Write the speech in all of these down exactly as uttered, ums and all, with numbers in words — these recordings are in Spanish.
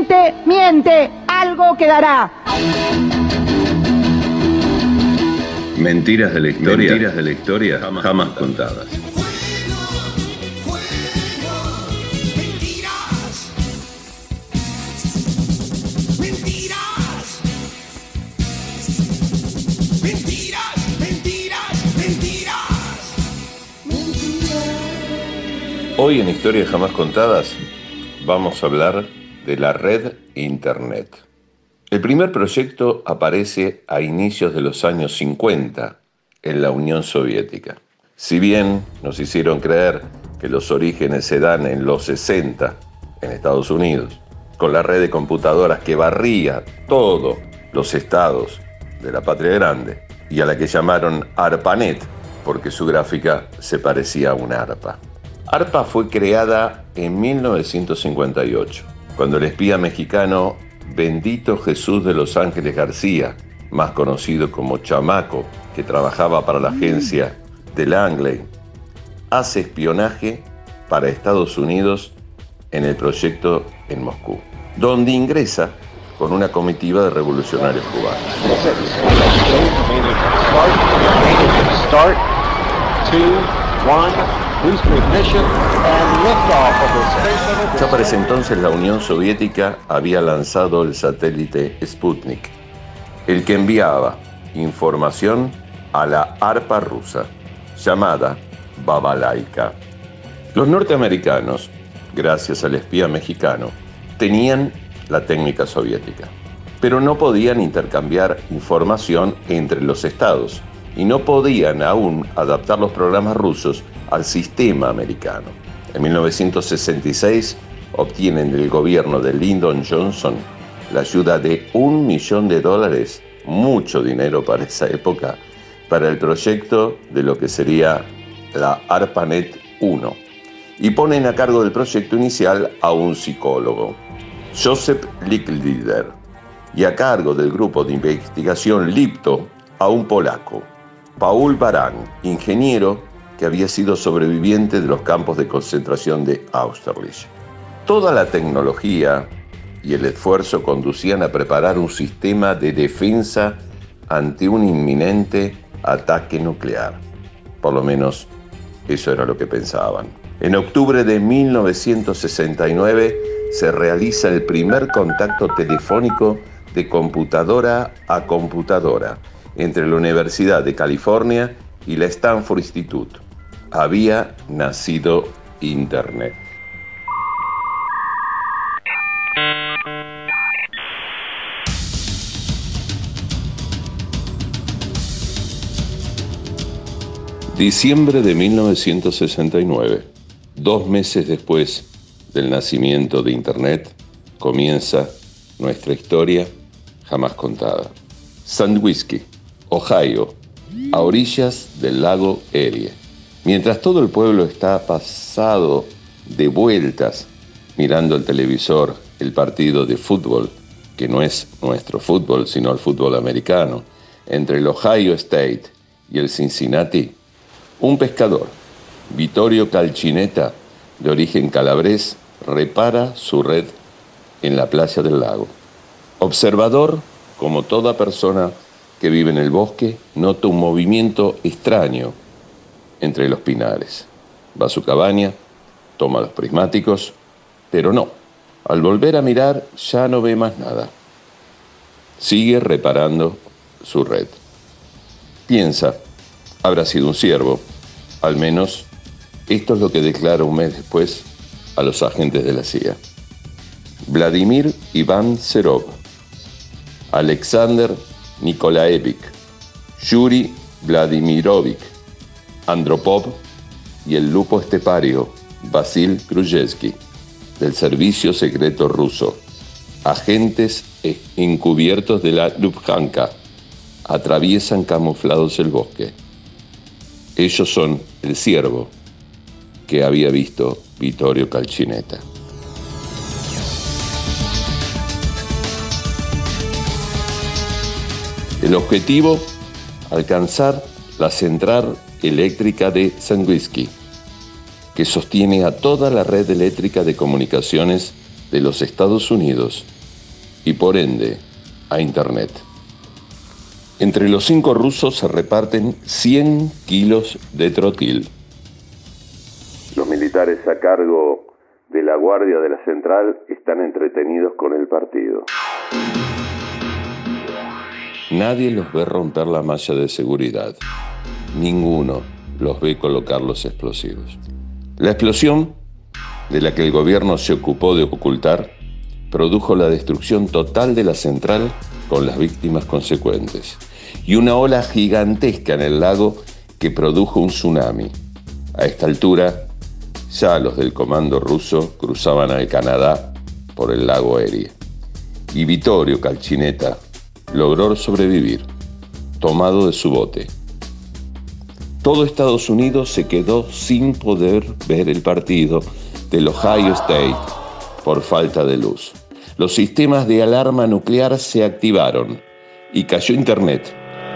miente, miente, algo quedará. Mentiras de la historia, mentiras de la historia jamás, jamás contadas. Hoy en Historias Jamás Contadas vamos a hablar de la red Internet. El primer proyecto aparece a inicios de los años cincuenta en la Unión Soviética. Si bien nos hicieron creer que los orígenes se dan en los sesenta en Estados Unidos, con la red de computadoras que barría todos los estados de la patria grande y a la que llamaron ARPANET porque su gráfica se parecía a una arpa. ARPA fue creada en mil novecientos cincuenta y ocho, cuando el espía mexicano Bendito Jesús de Los Ángeles García, más conocido como Chamaco, que trabajaba para la agencia de Langley, hace espionaje para Estados Unidos en el proyecto en Moscú, donde ingresa con una comitiva de revolucionarios cubanos. Start, two, one. Ya para ese entonces la Unión Soviética había lanzado el satélite Sputnik, el que enviaba información a la ARPA rusa, llamada Babalaika. Los norteamericanos, gracias al espía mexicano, tenían la técnica soviética, pero no podían intercambiar información entre los estados y no podían aún adaptar los programas rusos al sistema americano. En mil novecientos sesenta y seis obtienen del gobierno de Lyndon Johnson la ayuda de un millón de dólares, mucho dinero para esa época, para el proyecto de lo que sería la ARPANET uno. Y ponen a cargo del proyecto inicial a un psicólogo, Joseph Licklider, y a cargo del grupo de investigación Lipto a un polaco, Paul Baran, ingeniero que había sido sobreviviente de los campos de concentración de Austerlitz. Toda la tecnología y el esfuerzo conducían a preparar un sistema de defensa ante un inminente ataque nuclear. Por lo menos eso era lo que pensaban. En octubre de mil novecientos sesenta y nueve se realiza el primer contacto telefónico de computadora a computadora entre la Universidad de California y la Stanford Institute. Había nacido Internet. Diciembre de mil novecientos sesenta y nueve, dos meses después del nacimiento de Internet, comienza nuestra historia jamás contada. Sandusky, Ohio, a orillas del lago Erie. Mientras todo el pueblo está pasado de vueltas mirando el televisor el partido de fútbol, que no es nuestro fútbol, sino el fútbol americano, entre el Ohio State y el Cincinnati, un pescador, Vittorio Calcinetta, de origen calabrés, repara su red en la playa del lago. Observador, como toda persona que vive en el bosque, nota un movimiento extraño entre los pinares. Va a su cabaña, toma los prismáticos, pero no. Al volver a mirar, ya no ve más nada. Sigue reparando su red. Piensa, habrá sido un ciervo. Al menos, esto es lo que declara un mes después a los agentes de la C I A. Vladimir Iván Serov, Alexander Nikolaevich, Yuri Vladimirovich, Andropov y el lupo estepario Vasil Kruzhevsky, del servicio secreto ruso, agentes encubiertos de la Lufthansa, atraviesan camuflados el bosque. Ellos son el ciervo que había visto Vittorio Calcinetta. El objetivo, alcanzar la central eléctrica de Sandusky, que sostiene a toda la red eléctrica de comunicaciones de los Estados Unidos y por ende a Internet. Entre los cinco rusos se reparten cien kilos de trotil. Los militares a cargo de la guardia de la central están entretenidos con el partido. Nadie los ve romper la malla de seguridad. Ninguno los ve colocar los explosivos. La explosión, de la que el gobierno se ocupó de ocultar, produjo la destrucción total de la central con las víctimas consecuentes y una ola gigantesca en el lago que produjo un tsunami. A esta altura, ya los del comando ruso cruzaban al Canadá por el lago Erie y Vittorio Calcinetta logró sobrevivir, tomado de su bote. Todo Estados Unidos se quedó sin poder ver el partido del Ohio State por falta de luz. Los sistemas de alarma nuclear se activaron y cayó Internet.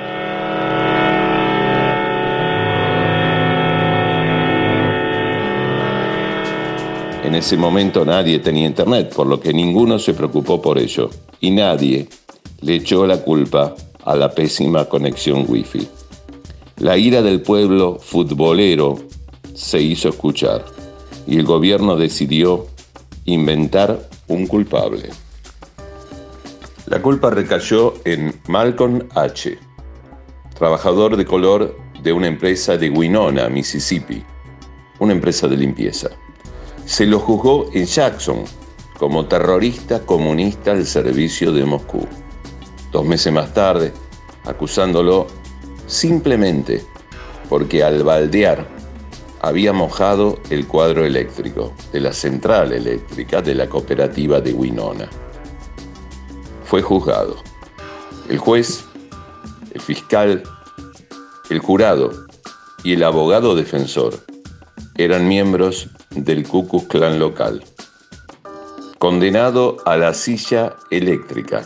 En ese momento nadie tenía Internet, por lo que ninguno se preocupó por ello y nadie le echó la culpa a la pésima conexión Wi-Fi. La ira del pueblo futbolero se hizo escuchar y el gobierno decidió inventar un culpable. La culpa recayó en Malcolm H., trabajador de color de una empresa de Winona, Mississippi, una empresa de limpieza. Se lo juzgó en Jackson como terrorista comunista al servicio de Moscú. Dos meses más tarde, acusándolo simplemente porque al baldear había mojado el cuadro eléctrico de la central eléctrica de la cooperativa de Winona. Fue juzgado. El juez, el fiscal, el jurado y el abogado defensor eran miembros del Ku Klux Klan local. Condenado a la silla eléctrica,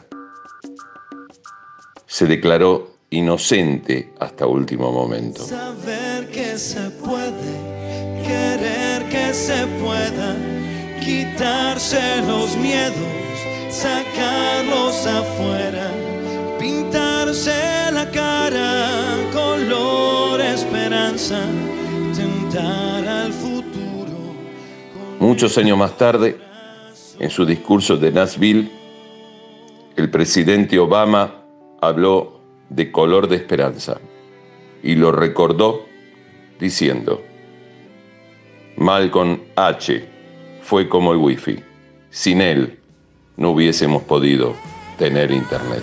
se declaró inocente hasta último momento. Saber que se puede, querer que se pueda, quitarse los miedos, sacarlos afuera, pintarse la cara, color esperanza, tentar al futuro. Muchos años más tarde, en su discurso de Nashville, el presidente Obama habló de color de esperanza y lo recordó diciendo: Malcolm H. fue como el wifi. Sin él no hubiésemos podido tener internet.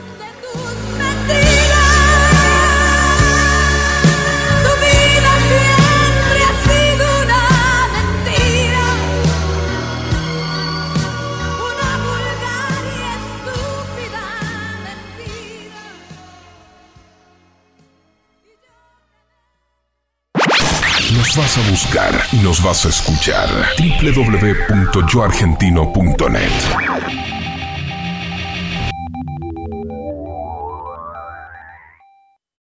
Nos vas a buscar y nos vas a escuchar. doble u doble u doble u punto yo argentino punto net